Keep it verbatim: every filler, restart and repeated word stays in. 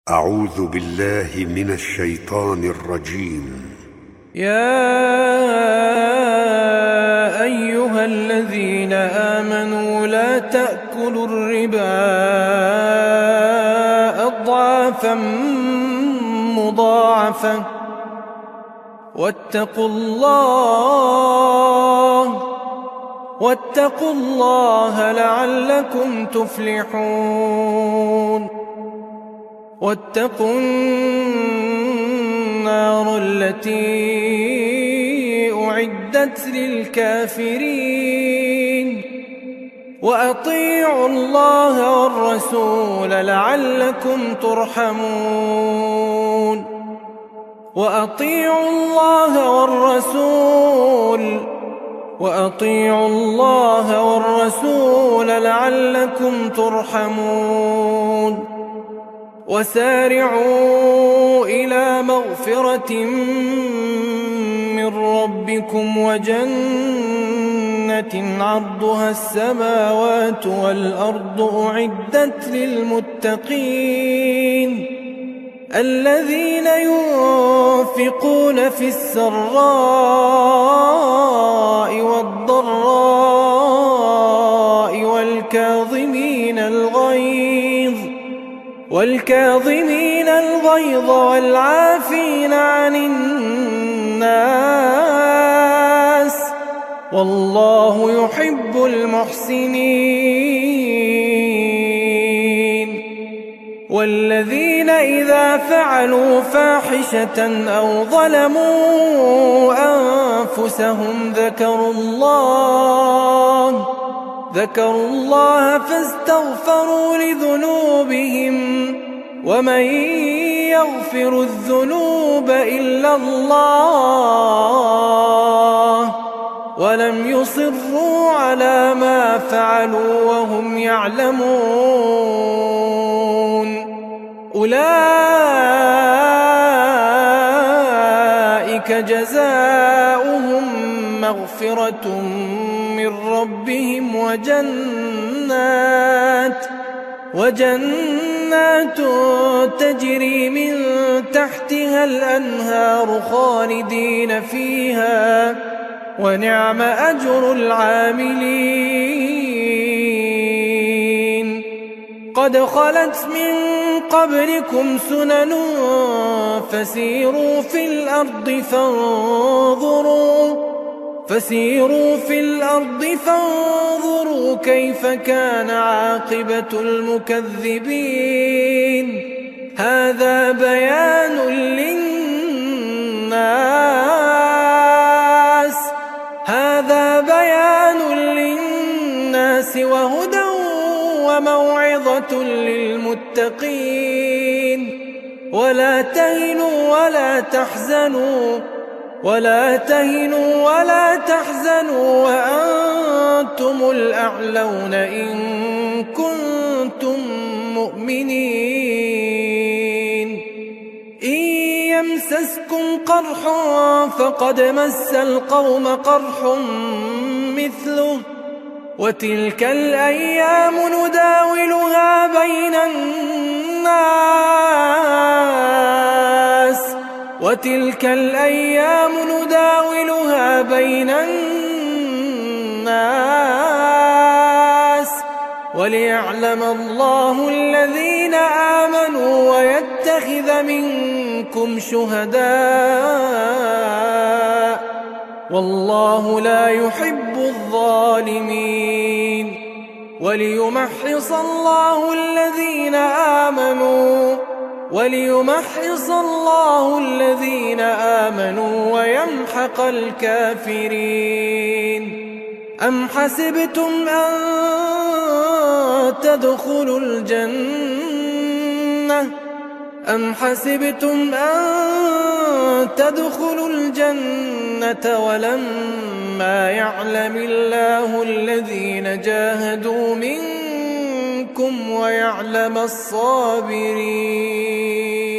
أعوذ بالله من الشيطان الرجيم. يا أيها الذين آمنوا لا تأكلوا الربا أضعافا مضاعفة واتقوا الله واتقوا الله لعلكم تفلحون. واتقوا النار التي أعدت للكافرين وأطيعوا الله والرسول لعلكم ترحمون. وأطيعوا الله والرسول وأطيعوا الله والرسول لعلكم ترحمون. وسارعوا إلى مغفرة من ربكم وجنة عرضها السماوات والأرض أعدت للمتقين الذين ينفقون في السراء والضراء والكاظمين الغيظ والكاظمين الغيظ والعافين عن الناس والله يحب المحسنين. والذين إذا فعلوا فاحشة أو ظلموا أنفسهم ذكروا الله ذكروا الله فاستغفروا لذنوبهم ومن يغفر الذنوب إلا الله ولم يصروا على ما فعلوا وهم يعلمون. أولئك جزاؤهم مغفرة من ربهم وجنات وجنات تجري من تحتها الأنهار خالدين فيها ونعم أجر العاملين. قد خلت من قبلكم سنن فسيروا في الأرض فانظروا فسيروا في الأرض فانظروا كيف كان عاقبة المكذبين. هذا بيان للناس هذا بيان للناس وهدى وموعظة للمتقين. ولا تهنوا ولا تحزنوا ولا تهنوا ولا تحزنوا وأنتم الأعلون إن كنتم مؤمنين. إن يمسسكم قرح فقد مس القوم قرح مثله وتلك الأيام نداولها بين الناس وتلك الأيام نداولها بين الناس وليعلم الله الذين آمنوا ويتخذ منكم شهداء والله لا يحب الظالمين. وليمحص الله الذين آمنوا وليمحص الله الذين آمنوا ويمحق الكافرين. أم حسبتم أن تدخلوا الجنة أم حسبتم أن تدخلوا الجنة ولما يعلم الله الذين جاهدوا منكم ويعلم الصابرين.